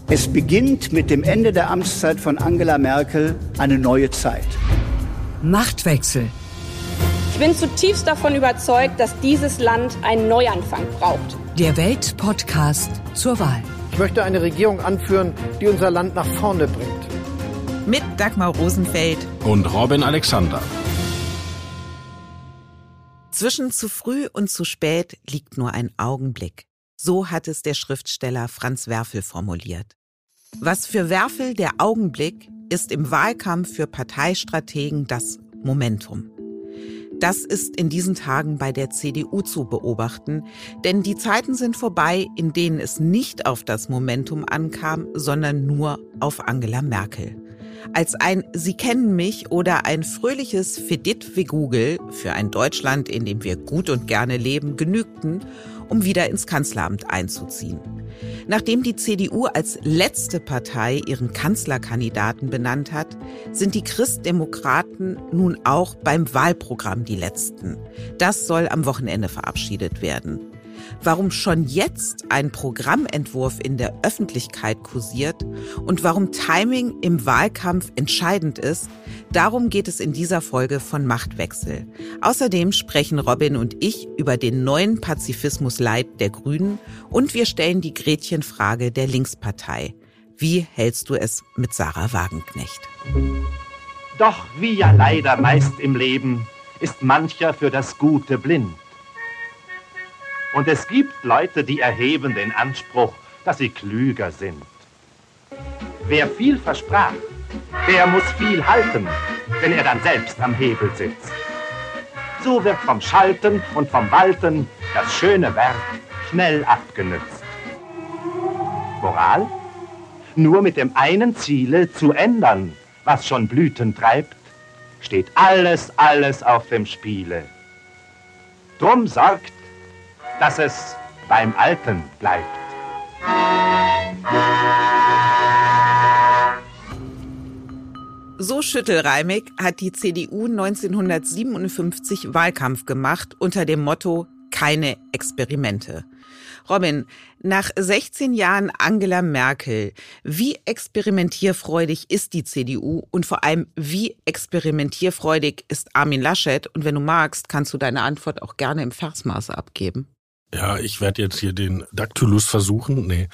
Es beginnt mit dem Ende der Amtszeit von Angela Merkel eine neue Zeit. Machtwechsel. Ich bin zutiefst davon überzeugt, dass dieses Land einen Neuanfang braucht. Der Welt-Podcast zur Wahl. Ich möchte eine Regierung anführen, die unser Land nach vorne bringt. Mit Dagmar Rosenfeld und Robin Alexander. Zwischen zu früh und zu spät liegt nur ein Augenblick. So hat es der Schriftsteller Franz Werfel formuliert. Was für Werfel der Augenblick ist im Wahlkampf für Parteistrategen das Momentum. Das ist in diesen Tagen bei der CDU zu beobachten, denn die Zeiten sind vorbei, in denen es nicht auf das Momentum ankam, sondern nur auf Angela Merkel. Als ein „Sie kennen mich" oder ein fröhliches Fedit wie Google für ein Deutschland, in dem wir gut und gerne leben, genügten, um wieder ins Kanzleramt einzuziehen. Nachdem die CDU als letzte Partei ihren Kanzlerkandidaten benannt hat, sind die Christdemokraten nun auch beim Wahlprogramm die Letzten. Das soll am Wochenende verabschiedet werden. Warum schon jetzt ein Programmentwurf in der Öffentlichkeit kursiert und warum Timing im Wahlkampf entscheidend ist, darum geht es in dieser Folge von Machtwechsel. Außerdem sprechen Robin und ich über den neuen Pazifismus-Light der Grünen und wir stellen die Gretchenfrage der Linkspartei. Wie hältst du es mit Sarah Wagenknecht? Doch wie ja leider meist im Leben ist mancher für das Gute blind. Und es gibt Leute, die erheben den Anspruch, dass sie klüger sind. Wer viel versprach, der muss viel halten, wenn er dann selbst am Hebel sitzt. So wird vom Schalten und vom Walten das schöne Werk schnell abgenützt. Moral? Nur mit dem einen Ziele zu ändern, was schon Blüten treibt, steht alles auf dem Spiele. Drum sorgt, dass es beim Alten bleibt. So schüttelreimig hat die CDU 1957 Wahlkampf gemacht unter dem Motto „Keine Experimente". Robin, nach 16 Jahren Angela Merkel, wie experimentierfreudig ist die CDU und vor allem, wie experimentierfreudig ist Armin Laschet? Und wenn du magst, kannst du deine Antwort auch gerne im Versmaße abgeben. Ja, ich werde jetzt hier den Daktylus versuchen. Nee.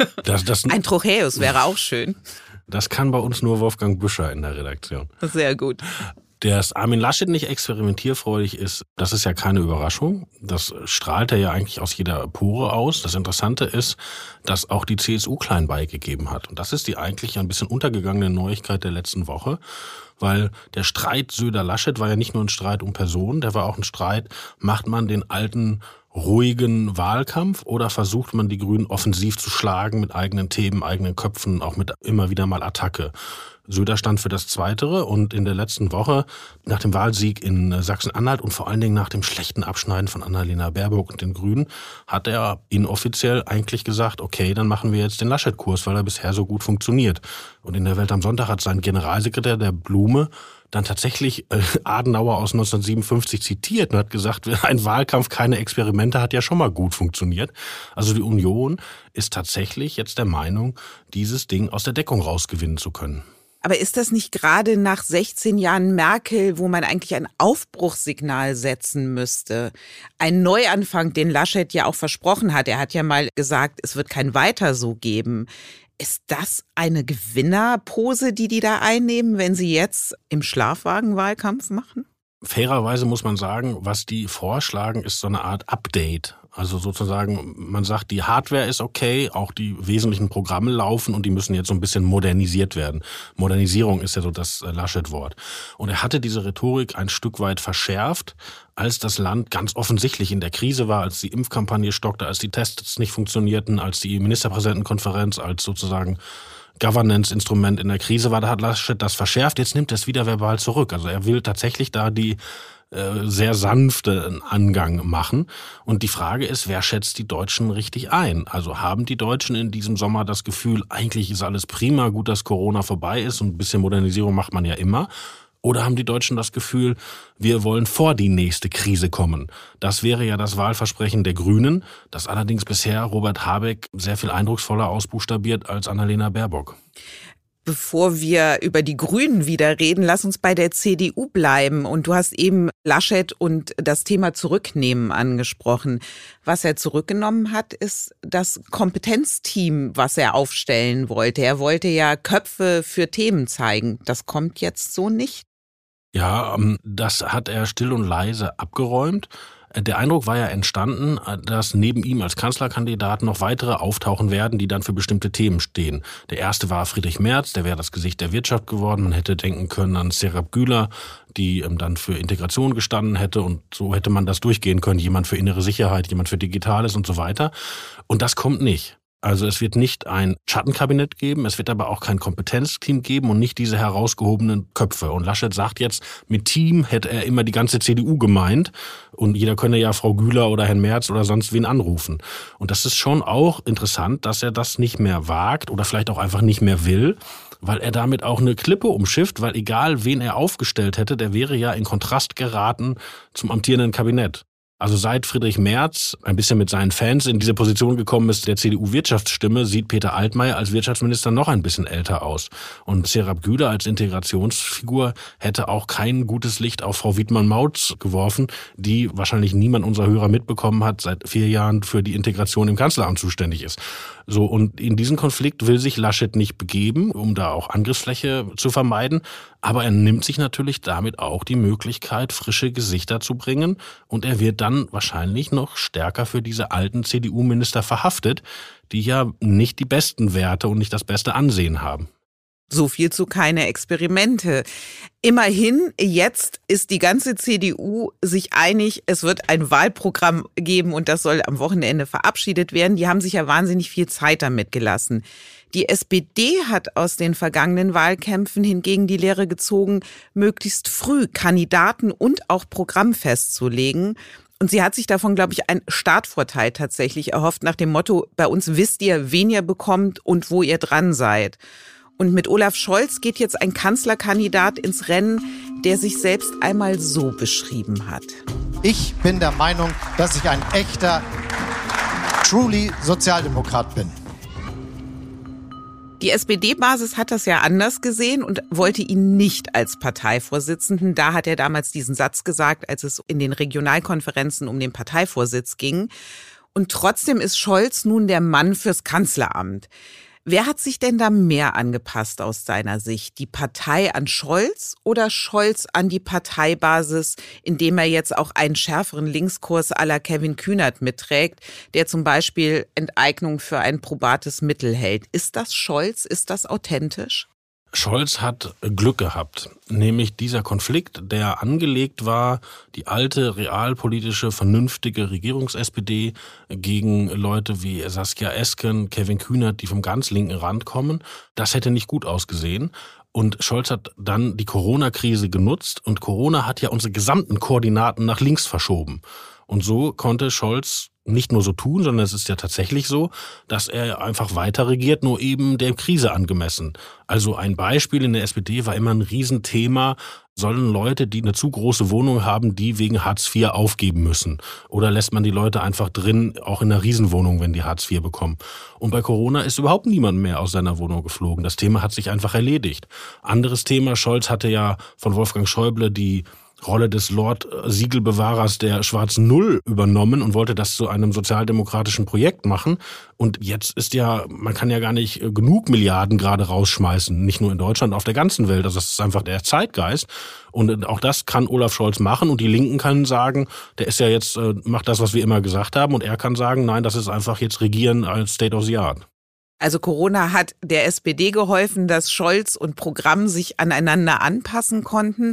Ein Trochäus wäre auch schön. Das kann bei uns nur Wolfgang Büscher in der Redaktion. Sehr gut. Dass Armin Laschet nicht experimentierfreudig ist, das ist ja keine Überraschung. Das strahlt er ja eigentlich aus jeder Pore aus. Das Interessante ist, dass auch die CSU klein beigegeben hat. Und das ist die eigentlich ein bisschen untergegangene Neuigkeit der letzten Woche. Weil der Streit Söder-Laschet war ja nicht nur ein Streit um Personen, der war auch ein Streit, macht man den alten ruhigen Wahlkampf oder versucht man die Grünen offensiv zu schlagen mit eigenen Themen, eigenen Köpfen, auch mit immer wieder mal Attacke. Söder stand für das Zweitere und in der letzten Woche, nach dem Wahlsieg in Sachsen-Anhalt und vor allen Dingen nach dem schlechten Abschneiden von Annalena Baerbock und den Grünen, hat er inoffiziell eigentlich gesagt, okay, dann machen wir jetzt den Laschet-Kurs, weil er bisher so gut funktioniert. Und in der Welt am Sonntag hat sein Generalsekretär, der Blume, dann tatsächlich Adenauer aus 1957 zitiert und hat gesagt, ein Wahlkampf, keine Experimente, hat ja schon mal gut funktioniert. Also die Union ist tatsächlich jetzt der Meinung, dieses Ding aus der Deckung rausgewinnen zu können. Aber ist das nicht gerade nach 16 Jahren Merkel, wo man eigentlich ein Aufbruchssignal setzen müsste? Ein Neuanfang, den Laschet ja auch versprochen hat. Er hat ja mal gesagt, es wird kein Weiter so geben. Ist das eine Gewinnerpose, die da einnehmen, wenn sie jetzt im Schlafwagen-Wahlkampf machen? Fairerweise muss man sagen, was die vorschlagen, ist so eine Art Update. Also sozusagen, man sagt, die Hardware ist okay, auch die wesentlichen Programme laufen und die müssen jetzt so ein bisschen modernisiert werden. Modernisierung ist ja so das Laschet-Wort. Und er hatte diese Rhetorik ein Stück weit verschärft, als das Land ganz offensichtlich in der Krise war, als die Impfkampagne stockte, als die Tests nicht funktionierten, als die Ministerpräsidentenkonferenz als sozusagen Governance-Instrument in der Krise war, da hat Laschet das verschärft, jetzt nimmt er es wieder verbal zurück. Also er will tatsächlich da die sehr sanften Angang machen. Und die Frage ist, wer schätzt die Deutschen richtig ein? Also haben die Deutschen in diesem Sommer das Gefühl, eigentlich ist alles prima, gut, dass Corona vorbei ist und ein bisschen Modernisierung macht man ja immer? Oder haben die Deutschen das Gefühl, wir wollen vor die nächste Krise kommen? Das wäre ja das Wahlversprechen der Grünen, das allerdings bisher Robert Habeck sehr viel eindrucksvoller ausbuchstabiert als Annalena Baerbock. Bevor wir über die Grünen wieder reden, lass uns bei der CDU bleiben. Und du hast eben Laschet und das Thema Zurücknehmen angesprochen. Was er zurückgenommen hat, ist das Kompetenzteam, was er aufstellen wollte. Er wollte ja Köpfe für Themen zeigen. Das kommt jetzt so nicht. Ja, das hat er still und leise abgeräumt. Der Eindruck war ja entstanden, dass neben ihm als Kanzlerkandidat noch weitere auftauchen werden, die dann für bestimmte Themen stehen. Der erste war Friedrich Merz, der wäre das Gesicht der Wirtschaft geworden. Man hätte denken können an Serap Güler, die dann für Integration gestanden hätte, und so hätte man das durchgehen können. Jemand für innere Sicherheit, jemand für Digitales und so weiter. Und das kommt nicht. Also es wird nicht ein Schattenkabinett geben, es wird aber auch kein Kompetenzteam geben und nicht diese herausgehobenen Köpfe. Und Laschet sagt jetzt, mit Team hätte er immer die ganze CDU gemeint und jeder könne ja Frau Güler oder Herrn Merz oder sonst wen anrufen. Und das ist schon auch interessant, dass er das nicht mehr wagt oder vielleicht auch einfach nicht mehr will, weil er damit auch eine Klippe umschifft, weil egal wen er aufgestellt hätte, der wäre ja in Kontrast geraten zum amtierenden Kabinett. Also seit Friedrich Merz ein bisschen mit seinen Fans in diese Position gekommen ist, der CDU-Wirtschaftsstimme, sieht Peter Altmaier als Wirtschaftsminister noch ein bisschen älter aus. Und Serap Güler als Integrationsfigur hätte auch kein gutes Licht auf Frau Wiedmann-Mautz geworfen, die wahrscheinlich niemand unserer Hörer mitbekommen hat, seit 4 Jahren für die Integration im Kanzleramt zuständig ist. So, und in diesen Konflikt will sich Laschet nicht begeben, um da auch Angriffsfläche zu vermeiden. Aber er nimmt sich natürlich damit auch die Möglichkeit, frische Gesichter zu bringen. Und er wird dann wahrscheinlich noch stärker für diese alten CDU-Minister verhaftet, die ja nicht die besten Werte und nicht das beste Ansehen haben. So viel zu keine Experimente. Immerhin, jetzt ist die ganze CDU sich einig, es wird ein Wahlprogramm geben und das soll am Wochenende verabschiedet werden. Die haben sich ja wahnsinnig viel Zeit damit gelassen. Die SPD hat aus den vergangenen Wahlkämpfen hingegen die Lehre gezogen, möglichst früh Kandidaten und auch Programm festzulegen. Und sie hat sich davon, glaube ich, einen Startvorteil tatsächlich erhofft, nach dem Motto, bei uns wisst ihr, wen ihr bekommt und wo ihr dran seid. Und mit Olaf Scholz geht jetzt ein Kanzlerkandidat ins Rennen, der sich selbst einmal so beschrieben hat. Ich bin der Meinung, dass ich ein echter, truly Sozialdemokrat bin. Die SPD-Basis hat das ja anders gesehen und wollte ihn nicht als Parteivorsitzenden. Da hat er damals diesen Satz gesagt, als es in den Regionalkonferenzen um den Parteivorsitz ging. Und trotzdem ist Scholz nun der Mann fürs Kanzleramt. Wer hat sich denn da mehr angepasst aus seiner Sicht? Die Partei an Scholz oder Scholz an die Parteibasis, indem er jetzt auch einen schärferen Linkskurs à la Kevin Kühnert mitträgt, der zum Beispiel Enteignung für ein probates Mittel hält? Ist das Scholz? Ist das authentisch? Scholz hat Glück gehabt, nämlich dieser Konflikt, der angelegt war, die alte, realpolitische, vernünftige Regierungs-SPD gegen Leute wie Saskia Esken, Kevin Kühnert, die vom ganz linken Rand kommen, das hätte nicht gut ausgesehen. Und Scholz hat dann die Corona-Krise genutzt und Corona hat ja unsere gesamten Koordinaten nach links verschoben. Und so konnte Scholz nicht nur so tun, sondern es ist ja tatsächlich so, dass er einfach weiter regiert, nur eben der Krise angemessen. Also ein Beispiel in der SPD war immer ein Riesenthema, sollen Leute, die eine zu große Wohnung haben, die wegen Hartz IV aufgeben müssen? Oder lässt man die Leute einfach drin, auch in einer Riesenwohnung, wenn die Hartz IV bekommen? Und bei Corona ist überhaupt niemand mehr aus seiner Wohnung geflogen. Das Thema hat sich einfach erledigt. Anderes Thema, Scholz hatte ja von Wolfgang Schäuble die Rolle des Lord-Siegelbewahrers der schwarzen Null übernommen und wollte das zu einem sozialdemokratischen Projekt machen. Und jetzt ist ja, man kann ja gar nicht genug Milliarden gerade rausschmeißen, nicht nur in Deutschland, auf der ganzen Welt. Also das ist einfach der Zeitgeist. Und auch das kann Olaf Scholz machen. Und die Linken können sagen, der ist ja jetzt, macht das, was wir immer gesagt haben. Und er kann sagen, nein, das ist einfach jetzt Regieren als State of the Art. Also Corona hat der SPD geholfen, dass Scholz und Programm sich aneinander anpassen konnten.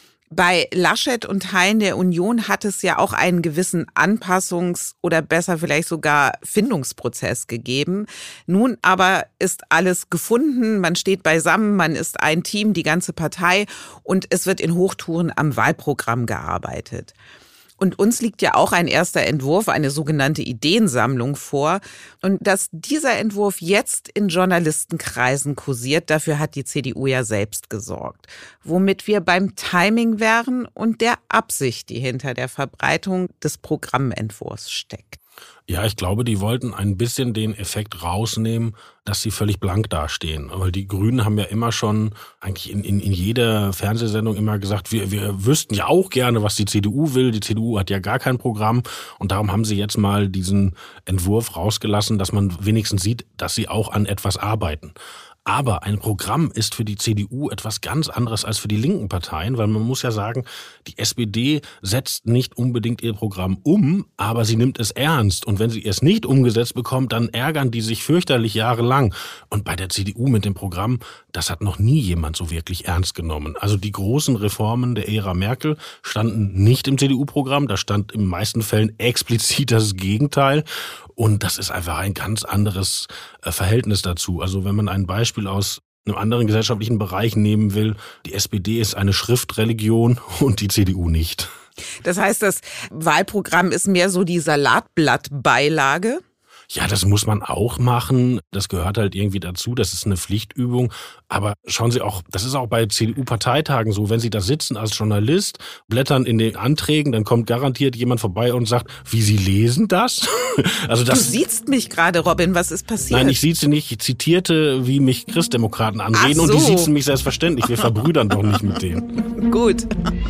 Bei Laschet und Teilen der Union hat es ja auch einen gewissen Anpassungs- oder besser vielleicht sogar Findungsprozess gegeben. Nun aber ist alles gefunden, man steht beisammen, man ist ein Team, die ganze Partei und es wird in Hochtouren am Wahlprogramm gearbeitet. Und uns liegt ja auch ein erster Entwurf, eine sogenannte Ideensammlung vor. Und dass dieser Entwurf jetzt in Journalistenkreisen kursiert, dafür hat die CDU ja selbst gesorgt. Womit wir beim Timing wären und der Absicht, die hinter der Verbreitung des Programmentwurfs steckt. Ja, ich glaube, die wollten ein bisschen den Effekt rausnehmen, dass sie völlig blank dastehen. Weil die Grünen haben ja immer schon eigentlich in jeder Fernsehsendung immer gesagt, wir wüssten ja auch gerne, was die CDU will. Die CDU hat ja gar kein Programm. Und darum haben sie jetzt mal diesen Entwurf rausgelassen, dass man wenigstens sieht, dass sie auch an etwas arbeiten. Aber ein Programm ist für die CDU etwas ganz anderes als für die linken Parteien, weil man muss ja sagen, die SPD setzt nicht unbedingt ihr Programm um, aber sie nimmt es ernst. Und wenn sie es nicht umgesetzt bekommt, dann ärgern die sich fürchterlich jahrelang. Und bei der CDU mit dem Programm, das hat noch nie jemand so wirklich ernst genommen. Also die großen Reformen der Ära Merkel standen nicht im CDU-Programm, da stand in den meisten Fällen explizit das Gegenteil. Und das ist einfach ein ganz anderes Verhältnis dazu. Also wenn man ein Beispiel aus einem anderen gesellschaftlichen Bereich nehmen will, die SPD ist eine Schriftreligion und die CDU nicht. Das heißt, das Wahlprogramm ist mehr so die Salatblattbeilage? Ja, das muss man auch machen. Das gehört halt irgendwie dazu. Das ist eine Pflichtübung. Aber schauen Sie auch, das ist auch bei CDU-Parteitagen so. Wenn Sie da sitzen als Journalist, blättern in den Anträgen, dann kommt garantiert jemand vorbei und sagt, wie, Sie lesen das? Also das. Du siehst mich gerade, Robin. Was ist passiert? Nein, ich sieze nicht. Ich zitierte, wie mich Christdemokraten anreden. Und die siezen mich selbstverständlich. Wir verbrüdern doch nicht mit denen. Gut.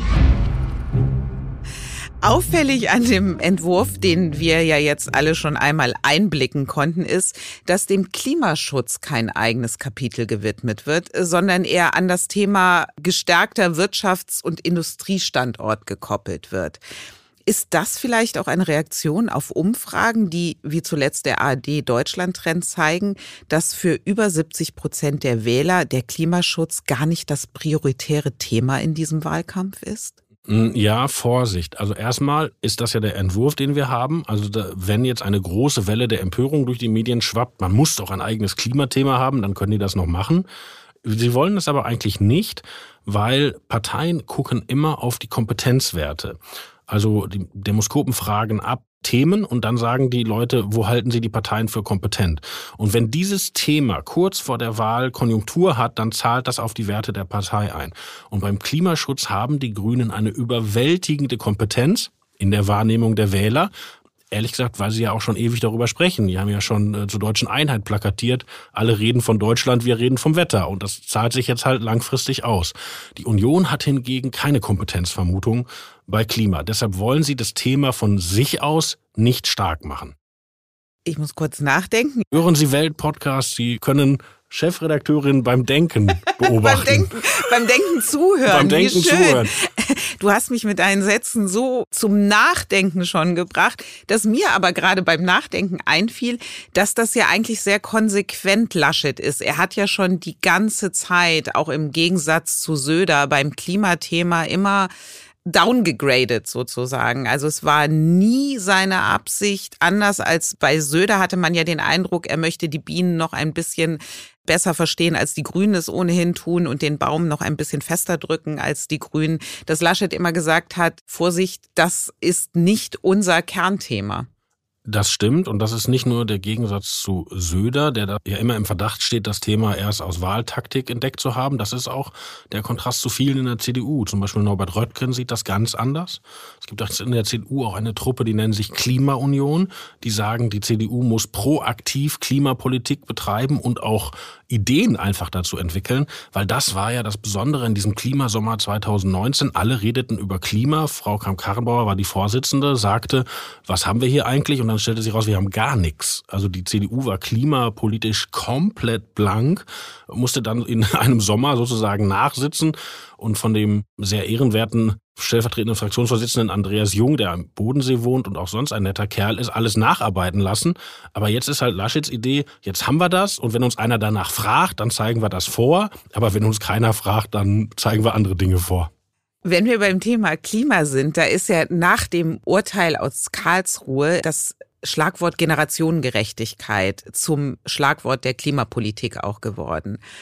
Auffällig an dem Entwurf, den wir ja jetzt alle schon einmal einblicken konnten, ist, dass dem Klimaschutz kein eigenes Kapitel gewidmet wird, sondern eher an das Thema gestärkter Wirtschafts- und Industriestandort gekoppelt wird. Ist das vielleicht auch eine Reaktion auf Umfragen, die, wie zuletzt der ARD-Deutschland-Trend zeigen, dass für über 70% der Wähler der Klimaschutz gar nicht das prioritäre Thema in diesem Wahlkampf ist? Ja, Vorsicht. Also erstmal ist das ja der Entwurf, den wir haben. Also wenn jetzt eine große Welle der Empörung durch die Medien schwappt, man muss doch ein eigenes Klimathema haben, dann können die das noch machen. Sie wollen das aber eigentlich nicht, weil Parteien gucken immer auf die Kompetenzwerte. Also die Demoskopen fragen ab Themen und dann sagen die Leute, wo halten sie die Parteien für kompetent? Und wenn dieses Thema kurz vor der Wahl Konjunktur hat, dann zahlt das auf die Werte der Partei ein. Und beim Klimaschutz haben die Grünen eine überwältigende Kompetenz in der Wahrnehmung der Wähler. Ehrlich gesagt, weil sie ja auch schon ewig darüber sprechen. Die haben ja schon zur deutschen Einheit plakatiert. Alle reden von Deutschland, wir reden vom Wetter. Und das zahlt sich jetzt halt langfristig aus. Die Union hat hingegen keine Kompetenzvermutung bei Klima. Deshalb wollen sie das Thema von sich aus nicht stark machen. Ich muss kurz nachdenken. Hören Sie Welt-Podcast, Sie können Chefredakteurin beim Denken beobachten. beim Denken zuhören. Beim Denken zuhören. Du hast mich mit deinen Sätzen so zum Nachdenken schon gebracht, dass mir aber gerade beim Nachdenken einfiel, dass das ja eigentlich sehr konsequent Laschet ist. Er hat ja schon die ganze Zeit, auch im Gegensatz zu Söder, beim Klimathema immer downgegradet sozusagen. Also es war nie seine Absicht. Anders als bei Söder hatte man ja den Eindruck, er möchte die Bienen noch ein bisschen besser verstehen, als die Grünen es ohnehin tun und den Baum noch ein bisschen fester drücken als die Grünen. Dass Laschet immer gesagt hat, Vorsicht, das ist nicht unser Kernthema. Das stimmt und das ist nicht nur der Gegensatz zu Söder, der da ja immer im Verdacht steht, das Thema erst aus Wahltaktik entdeckt zu haben. Das ist auch der Kontrast zu vielen in der CDU. Zum Beispiel Norbert Röttgen sieht das ganz anders. Es gibt in der CDU auch eine Truppe, die nennen sich Klimaunion. Die sagen, die CDU muss proaktiv Klimapolitik betreiben und auch Ideen einfach dazu entwickeln, weil das war ja das Besondere in diesem Klimasommer 2019. Alle redeten über Klima. Frau Kramp-Karrenbauer war die Vorsitzende, sagte, was haben wir hier eigentlich? Und dann stellte sich raus, wir haben gar nichts. Also die CDU war klimapolitisch komplett blank, musste dann in einem Sommer sozusagen nachsitzen und von dem sehr ehrenwerten stellvertretenden Fraktionsvorsitzenden Andreas Jung, der am Bodensee wohnt und auch sonst ein netter Kerl ist, alles nacharbeiten lassen. Aber jetzt ist halt Laschets Idee, jetzt haben wir das und wenn uns einer danach fragt, dann zeigen wir das vor. Aber wenn uns keiner fragt, dann zeigen wir andere Dinge vor. Wenn wir beim Thema Klima sind, da ist ja nach dem Urteil aus Karlsruhe das Schlagwort Generationengerechtigkeit zum Schlagwort der Klimapolitik auch geworden.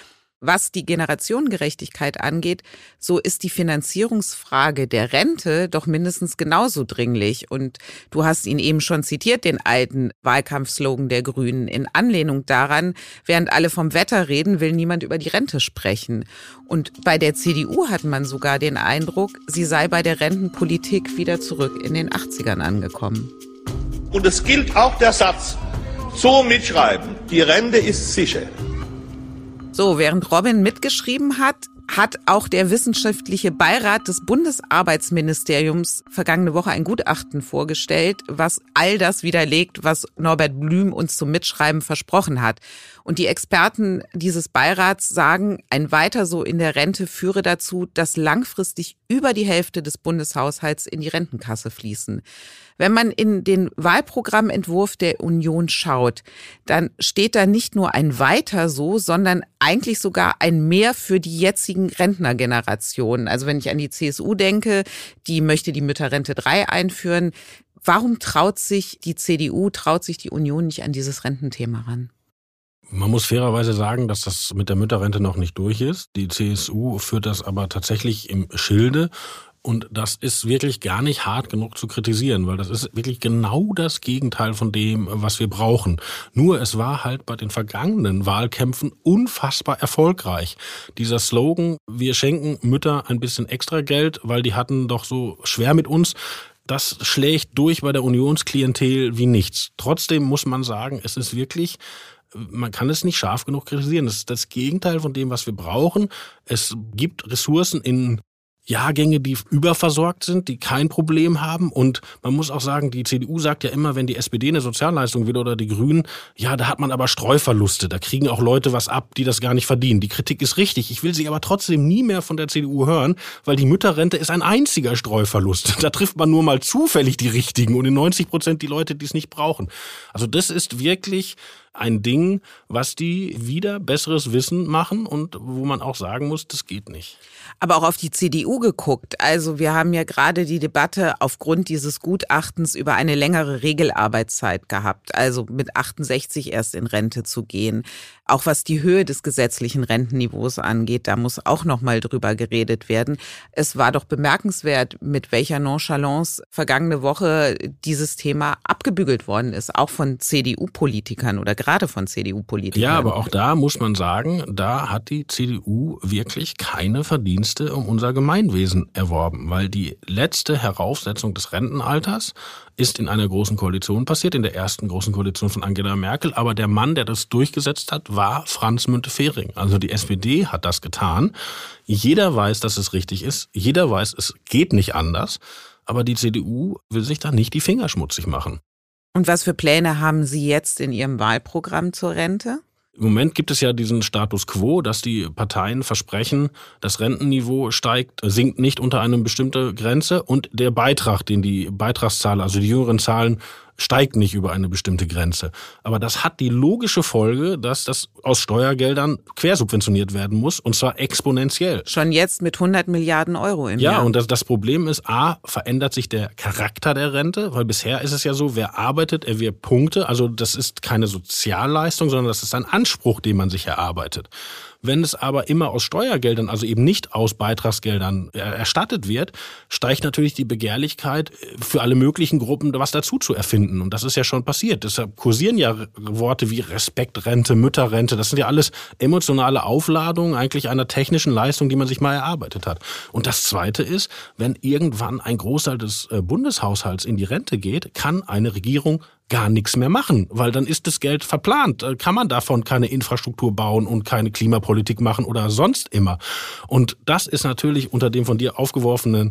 Was die Generationengerechtigkeit angeht, so ist die Finanzierungsfrage der Rente doch mindestens genauso dringlich. Und du hast ihn eben schon zitiert, den alten Wahlkampfslogan der Grünen. In Anlehnung daran, während alle vom Wetter reden, will niemand über die Rente sprechen. Und bei der CDU hat man sogar den Eindruck, sie sei bei der Rentenpolitik wieder zurück in den 80ern angekommen. Und es gilt auch der Satz, so mitschreiben, die Rente ist sicher. So, während Robin mitgeschrieben hat, hat auch der wissenschaftliche Beirat des Bundesarbeitsministeriums vergangene Woche ein Gutachten vorgestellt, was all das widerlegt, was Norbert Blüm uns zum Mitschreiben versprochen hat. Und die Experten dieses Beirats sagen, ein Weiter so in der Rente führe dazu, dass langfristig über die Hälfte des Bundeshaushalts in die Rentenkasse fließen. Wenn man in den Wahlprogrammentwurf der Union schaut, dann steht da nicht nur ein Weiter so, sondern eigentlich sogar ein Mehr für die jetzigen Rentnergenerationen. Also wenn ich an die CSU denke, die möchte die Mütterrente 3 einführen. Warum traut sich die CDU, traut sich die Union nicht an dieses Rententhema ran? Man muss fairerweise sagen, dass das mit der Mütterrente noch nicht durch ist. Die CSU führt das aber tatsächlich im Schilde. Und das ist wirklich gar nicht hart genug zu kritisieren, weil das ist wirklich genau das Gegenteil von dem, was wir brauchen. Nur es war halt bei den vergangenen Wahlkämpfen unfassbar erfolgreich. Dieser Slogan, wir schenken Mütter ein bisschen extra Geld, weil die hatten doch so schwer mit uns, das schlägt durch bei der Unionsklientel wie nichts. Trotzdem muss man sagen, es ist wirklich... Man kann es nicht scharf genug kritisieren. Das ist das Gegenteil von dem, was wir brauchen. Es gibt Ressourcen in Jahrgänge, die überversorgt sind, die kein Problem haben. Und man muss auch sagen, die CDU sagt ja immer, wenn die SPD eine Sozialleistung will oder die Grünen, ja, da hat man aber Streuverluste. Da kriegen auch Leute was ab, die das gar nicht verdienen. Die Kritik ist richtig. Ich will sie aber trotzdem nie mehr von der CDU hören, weil die Mütterrente ist ein einziger Streuverlust. Da trifft man nur mal zufällig die Richtigen und in 90% die Leute, die es nicht brauchen. Also das ist wirklich ein Ding, was die wieder besseres Wissen machen und wo man auch sagen muss, das geht nicht. Aber auch auf die CDU geguckt. Also wir haben ja gerade die Debatte aufgrund dieses Gutachtens über eine längere Regelarbeitszeit gehabt, also mit 68 erst in Rente zu gehen. Auch was die Höhe des gesetzlichen Rentenniveaus angeht, da muss auch noch mal drüber geredet werden. Es war doch bemerkenswert, mit welcher Nonchalance vergangene Woche dieses Thema abgebügelt worden ist, auch von CDU-Politikern oder gerade von CDU-Politikern. Ja, aber auch da muss man sagen, da hat die CDU wirklich keine Verdienste um unser Gemeinwesen erworben, weil die letzte Heraufsetzung des Rentenalters ist in einer großen Koalition passiert, in der ersten großen Koalition von Angela Merkel. Aber der Mann, der das durchgesetzt hat, war Franz Müntefering. Also die SPD hat das getan. Jeder weiß, dass es richtig ist. Jeder weiß, es geht nicht anders. Aber die CDU will sich da nicht die Finger schmutzig machen. Und was für Pläne haben Sie jetzt in Ihrem Wahlprogramm zur Rente? Im Moment gibt es ja diesen Status quo, dass die Parteien versprechen, das Rentenniveau sinkt nicht unter eine bestimmte Grenze und der Beitrag, den die Beitragszahl, also die jüngeren Zahlen, steigt nicht über eine bestimmte Grenze. Aber das hat die logische Folge, dass das aus Steuergeldern quersubventioniert werden muss, und zwar exponentiell. Schon jetzt mit 100 Milliarden Euro im Jahr. Ja, und das Problem ist, verändert sich der Charakter der Rente, weil bisher ist es ja so, wer arbeitet, erwirbt Punkte. Also das ist keine Sozialleistung, sondern das ist ein Anspruch, den man sich erarbeitet. Wenn es aber immer aus Steuergeldern, also eben nicht aus Beitragsgeldern erstattet wird, steigt natürlich die Begehrlichkeit für alle möglichen Gruppen, was dazu zu erfinden. Und das ist ja schon passiert. Deshalb kursieren ja Worte wie Respektrente, Mütterrente. Das sind ja alles emotionale Aufladungen eigentlich einer technischen Leistung, die man sich mal erarbeitet hat. Und das Zweite ist, wenn irgendwann ein Großteil des Bundeshaushalts in die Rente geht, kann eine Regierung gar nichts mehr machen, weil dann ist das Geld verplant. Kann man davon keine Infrastruktur bauen und keine Klimapolitik machen oder sonst immer. Und das ist natürlich unter dem von dir aufgeworfenen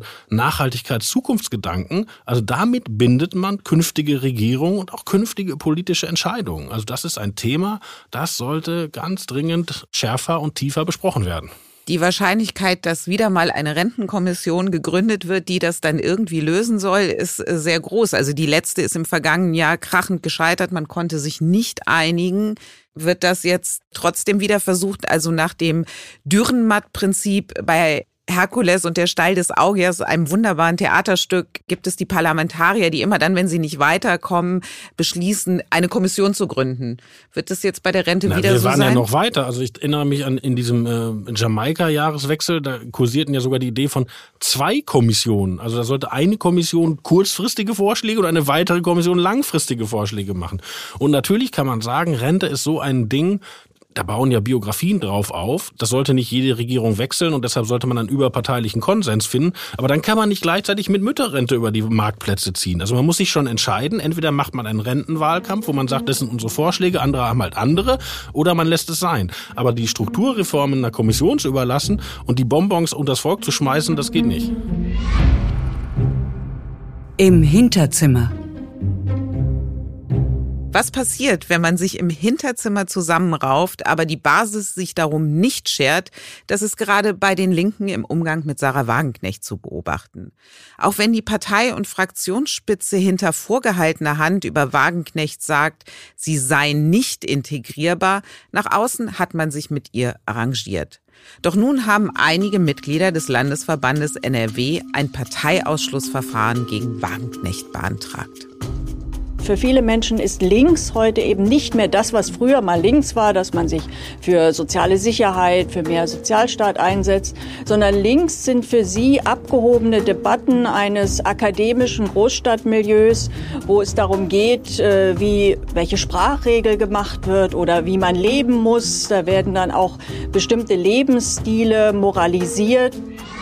Nachhaltigkeits-Zukunftsgedanken, also damit bindet man künftige Regierungen und auch künftige politische Entscheidungen. Also das ist ein Thema, das sollte ganz dringend schärfer und tiefer besprochen werden. Die Wahrscheinlichkeit, dass wieder mal eine Rentenkommission gegründet wird, die das dann irgendwie lösen soll, ist sehr groß. Also die letzte ist im vergangenen Jahr krachend gescheitert. Man konnte sich nicht einigen. Wird das jetzt trotzdem wieder versucht, also nach dem Dürrenmatt-Prinzip bei Herkules und der Stall des Augiers, einem wunderbaren Theaterstück, gibt es die Parlamentarier, die immer dann, wenn sie nicht weiterkommen, beschließen, eine Kommission zu gründen. Wird das jetzt bei der Rente wieder so sein? Wir waren ja noch weiter. Also ich erinnere mich an in diesem Jamaika-Jahreswechsel, da kursierten ja sogar die Idee von 2 Kommissionen. Also da sollte eine Kommission kurzfristige Vorschläge und eine weitere Kommission langfristige Vorschläge machen. Und natürlich kann man sagen, Rente ist so ein Ding, da bauen ja Biografien drauf auf. Das sollte nicht jede Regierung wechseln und deshalb sollte man einen überparteilichen Konsens finden. Aber dann kann man nicht gleichzeitig mit Mütterrente über die Marktplätze ziehen. Also man muss sich schon entscheiden. Entweder macht man einen Rentenwahlkampf, wo man sagt, das sind unsere Vorschläge, andere haben halt andere, oder man lässt es sein. Aber die Strukturreformen einer Kommission zu überlassen und die Bonbons unter das Volk zu schmeißen, das geht nicht. Im Hinterzimmer. Was passiert, wenn man sich im Hinterzimmer zusammenrauft, aber die Basis sich darum nicht schert? Das ist gerade bei den Linken im Umgang mit Sahra Wagenknecht zu beobachten. Auch wenn die Partei- und Fraktionsspitze hinter vorgehaltener Hand über Wagenknecht sagt, sie sei nicht integrierbar, nach außen hat man sich mit ihr arrangiert. Doch nun haben einige Mitglieder des Landesverbandes NRW ein Parteiausschlussverfahren gegen Wagenknecht beantragt. Für viele Menschen ist links heute eben nicht mehr das, was früher mal links war, dass man sich für soziale Sicherheit, für mehr Sozialstaat einsetzt, sondern links sind für sie abgehobene Debatten eines akademischen Großstadtmilieus, wo es darum geht, welche Sprachregel gemacht wird oder wie man leben muss. Da werden dann auch bestimmte Lebensstile moralisiert.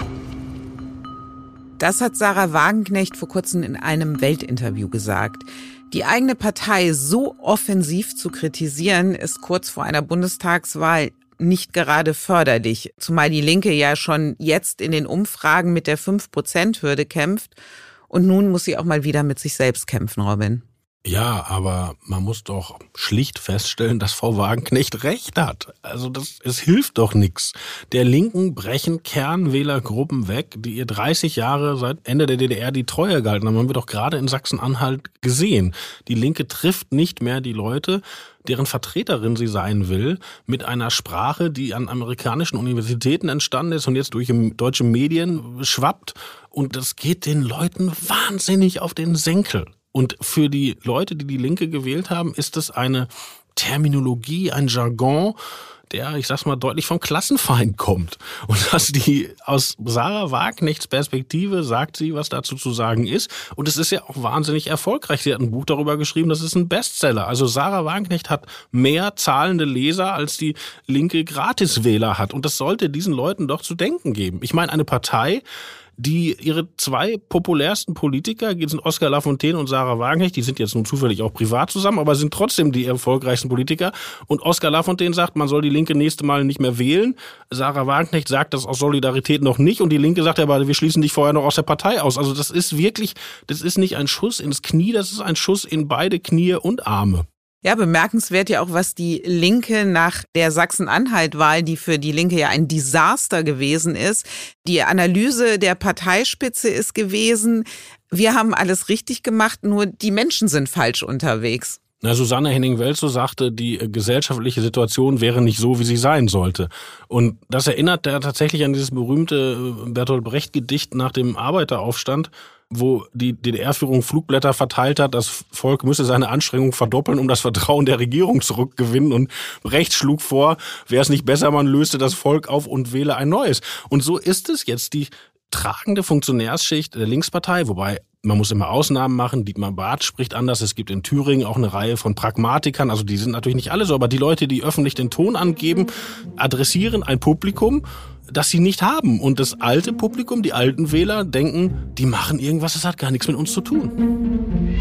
Das hat Sahra Wagenknecht vor kurzem in einem Weltinterview gesagt. Die eigene Partei so offensiv zu kritisieren, ist kurz vor einer Bundestagswahl nicht gerade förderlich. Zumal die Linke ja schon jetzt in den Umfragen mit der 5%-Hürde kämpft. Und nun muss sie auch mal wieder mit sich selbst kämpfen, Robin. Ja, aber man muss doch schlicht feststellen, dass Frau Wagenknecht recht hat. Also es hilft doch nichts. Der Linken brechen Kernwählergruppen weg, die ihr 30 Jahre seit Ende der DDR die Treue gehalten haben. Haben wir doch gerade in Sachsen-Anhalt gesehen. Die Linke trifft nicht mehr die Leute, deren Vertreterin sie sein will, mit einer Sprache, die an amerikanischen Universitäten entstanden ist und jetzt durch deutsche Medien schwappt. Und das geht den Leuten wahnsinnig auf den Senkel. Und für die Leute, die die Linke gewählt haben, ist es eine Terminologie, ein Jargon, der, ich sag's mal, deutlich vom Klassenfeind kommt. Und dass die aus Sahra Wagenknechts Perspektive sagt sie, was dazu zu sagen ist. Und es ist ja auch wahnsinnig erfolgreich. Sie hat ein Buch darüber geschrieben, das ist ein Bestseller. Also Sahra Wagenknecht hat mehr zahlende Leser, als die Linke Gratiswähler hat. Und das sollte diesen Leuten doch zu denken geben. Ich meine, eine Partei, die ihre 2 populärsten Politiker, sind Oskar Lafontaine und Sahra Wagenknecht, die sind jetzt nun zufällig auch privat zusammen, aber sind trotzdem die erfolgreichsten Politiker. Und Oskar Lafontaine sagt, man soll die Linke nächste Mal nicht mehr wählen. Sahra Wagenknecht sagt das aus Solidarität noch nicht. Und die Linke sagt aber, wir schließen dich vorher noch aus der Partei aus. Also das ist nicht ein Schuss ins Knie, das ist ein Schuss in beide Knie und Arme. Ja, bemerkenswert ja auch, was die Linke nach der Sachsen-Anhalt-Wahl, die für die Linke ja ein Desaster gewesen ist. Die Analyse der Parteispitze ist gewesen, wir haben alles richtig gemacht, nur die Menschen sind falsch unterwegs. Na, Susanne Henning-Welzow sagte, die gesellschaftliche Situation wäre nicht so, wie sie sein sollte. Und das erinnert ja tatsächlich an dieses berühmte Bertolt Brecht-Gedicht nach dem Arbeiteraufstand, wo die DDR-Führung Flugblätter verteilt hat, das Volk müsse seine Anstrengungen verdoppeln, um das Vertrauen der Regierung zurückgewinnen. Und Brecht schlug vor, wäre es nicht besser, man löste das Volk auf und wähle ein neues. Und so ist es jetzt die tragende Funktionärsschicht der Linkspartei, wobei man muss immer Ausnahmen machen. Dietmar Bartsch spricht anders. Es gibt in Thüringen auch eine Reihe von Pragmatikern. Also die sind natürlich nicht alle so, aber die Leute, die öffentlich den Ton angeben, adressieren ein Publikum, das sie nicht haben. Und das alte Publikum, die alten Wähler, denken, die machen irgendwas, das hat gar nichts mit uns zu tun.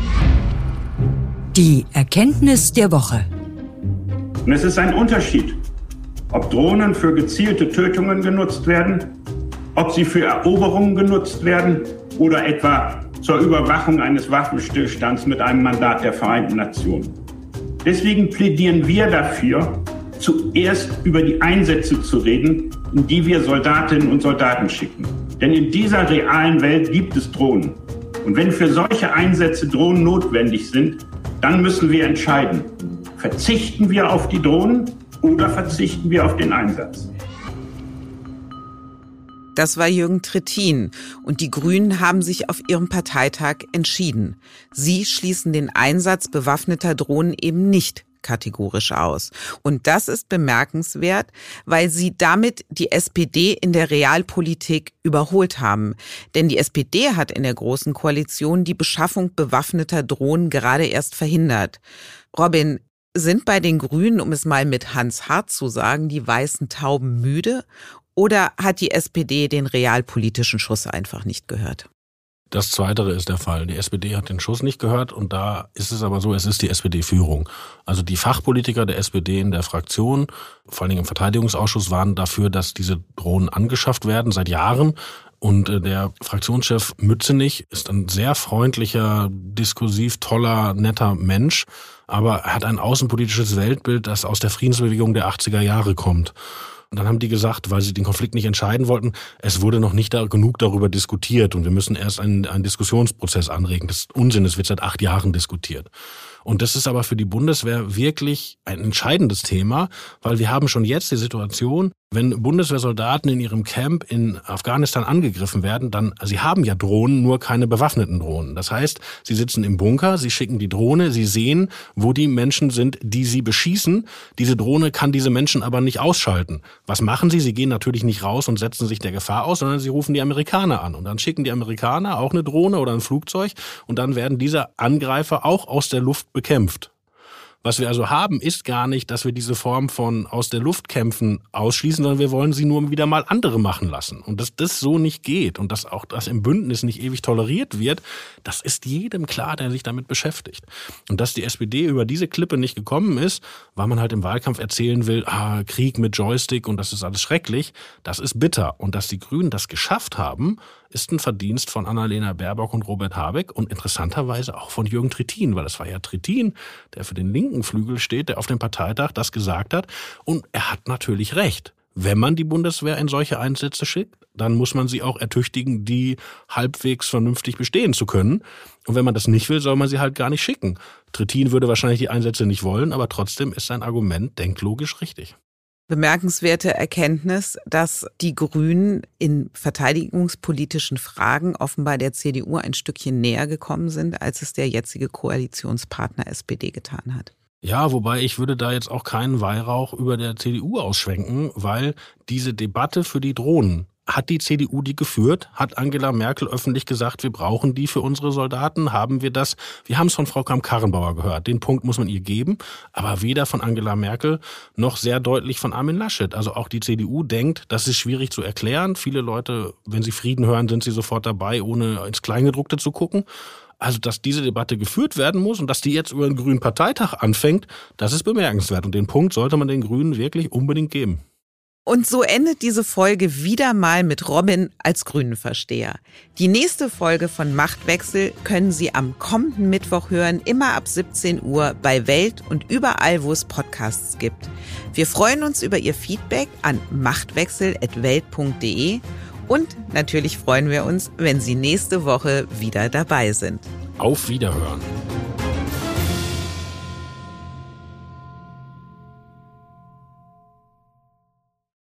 Die Erkenntnis der Woche. Und es ist ein Unterschied, ob Drohnen für gezielte Tötungen genutzt werden, ob sie für Eroberungen genutzt werden oder etwa zur Überwachung eines Waffenstillstands mit einem Mandat der Vereinten Nationen. Deswegen plädieren wir dafür, zuerst über die Einsätze zu reden, in die wir Soldatinnen und Soldaten schicken. Denn in dieser realen Welt gibt es Drohnen. Und wenn für solche Einsätze Drohnen notwendig sind, dann müssen wir entscheiden, verzichten wir auf die Drohnen oder verzichten wir auf den Einsatz. Das war Jürgen Trittin. Und die Grünen haben sich auf ihrem Parteitag entschieden. Sie schließen den Einsatz bewaffneter Drohnen eben nicht kategorisch aus. Und das ist bemerkenswert, weil sie damit die SPD in der Realpolitik überholt haben. Denn die SPD hat in der Großen Koalition die Beschaffung bewaffneter Drohnen gerade erst verhindert. Robin, sind bei den Grünen, um es mal mit Hans Hart zu sagen, die weißen Tauben müde? Oder hat die SPD den realpolitischen Schuss einfach nicht gehört? Das Zweitere ist der Fall. Die SPD hat den Schuss nicht gehört und da ist es aber so, es ist die SPD-Führung. Also die Fachpolitiker der SPD in der Fraktion, vor allen Dingen im Verteidigungsausschuss, waren dafür, dass diese Drohnen angeschafft werden seit Jahren. Und der Fraktionschef Mützenich ist ein sehr freundlicher, diskursiv, toller, netter Mensch, aber er hat ein außenpolitisches Weltbild, das aus der Friedensbewegung der 80er Jahre kommt. Und dann haben die gesagt, weil sie den Konflikt nicht entscheiden wollten, es wurde noch nicht genug darüber diskutiert und wir müssen erst einen Diskussionsprozess anregen. Das ist Unsinn, es wird seit 8 Jahren diskutiert. Und das ist aber für die Bundeswehr wirklich ein entscheidendes Thema, weil wir haben schon jetzt die Situation, wenn Bundeswehrsoldaten in ihrem Camp in Afghanistan angegriffen werden, dann, sie haben ja Drohnen, nur keine bewaffneten Drohnen. Das heißt, sie sitzen im Bunker, sie schicken die Drohne, sie sehen, wo die Menschen sind, die sie beschießen. Diese Drohne kann diese Menschen aber nicht ausschalten. Was machen sie? Sie gehen natürlich nicht raus und setzen sich der Gefahr aus, sondern sie rufen die Amerikaner an. Und dann schicken die Amerikaner auch eine Drohne oder ein Flugzeug und dann werden diese Angreifer auch aus der Luft bekämpft. Was wir also haben, ist gar nicht, dass wir diese Form von aus der Luft kämpfen ausschließen, sondern wir wollen sie nur wieder mal andere machen lassen. Und dass das so nicht geht und dass auch das im Bündnis nicht ewig toleriert wird, das ist jedem klar, der sich damit beschäftigt. Und dass die SPD über diese Klippe nicht gekommen ist, weil man halt im Wahlkampf erzählen will, Krieg mit Joystick und das ist alles schrecklich, das ist bitter. Und dass die Grünen das geschafft haben, ist ein Verdienst von Annalena Baerbock und Robert Habeck und interessanterweise auch von Jürgen Trittin, weil es war ja Trittin, der für den linken Flügel steht, der auf dem Parteitag das gesagt hat. Und er hat natürlich recht. Wenn man die Bundeswehr in solche Einsätze schickt, dann muss man sie auch ertüchtigen, die halbwegs vernünftig bestehen zu können. Und wenn man das nicht will, soll man sie halt gar nicht schicken. Trittin würde wahrscheinlich die Einsätze nicht wollen, aber trotzdem ist sein Argument denklogisch richtig. Bemerkenswerte Erkenntnis, dass die Grünen in verteidigungspolitischen Fragen offenbar der CDU ein Stückchen näher gekommen sind, als es der jetzige Koalitionspartner SPD getan hat. Ja, wobei ich würde da jetzt auch keinen Weihrauch über der CDU ausschwenken, weil diese Debatte für die Drohnen, hat die CDU die geführt? Hat Angela Merkel öffentlich gesagt, wir brauchen die für unsere Soldaten? Haben wir das? Wir haben es von Frau Kramp-Karrenbauer gehört. Den Punkt muss man ihr geben. Aber weder von Angela Merkel noch sehr deutlich von Armin Laschet. Also auch die CDU denkt, das ist schwierig zu erklären. Viele Leute, wenn sie Frieden hören, sind sie sofort dabei, ohne ins Kleingedruckte zu gucken. Also, dass diese Debatte geführt werden muss und dass die jetzt über den Grünen Parteitag anfängt, das ist bemerkenswert. Und den Punkt sollte man den Grünen wirklich unbedingt geben. Und so endet diese Folge wieder mal mit Robin als Grünenversteher. Die nächste Folge von Machtwechsel können Sie am kommenden Mittwoch hören, immer ab 17 Uhr bei Welt und überall, wo es Podcasts gibt. Wir freuen uns über Ihr Feedback an machtwechsel@welt.de und natürlich freuen wir uns, wenn Sie nächste Woche wieder dabei sind. Auf Wiederhören.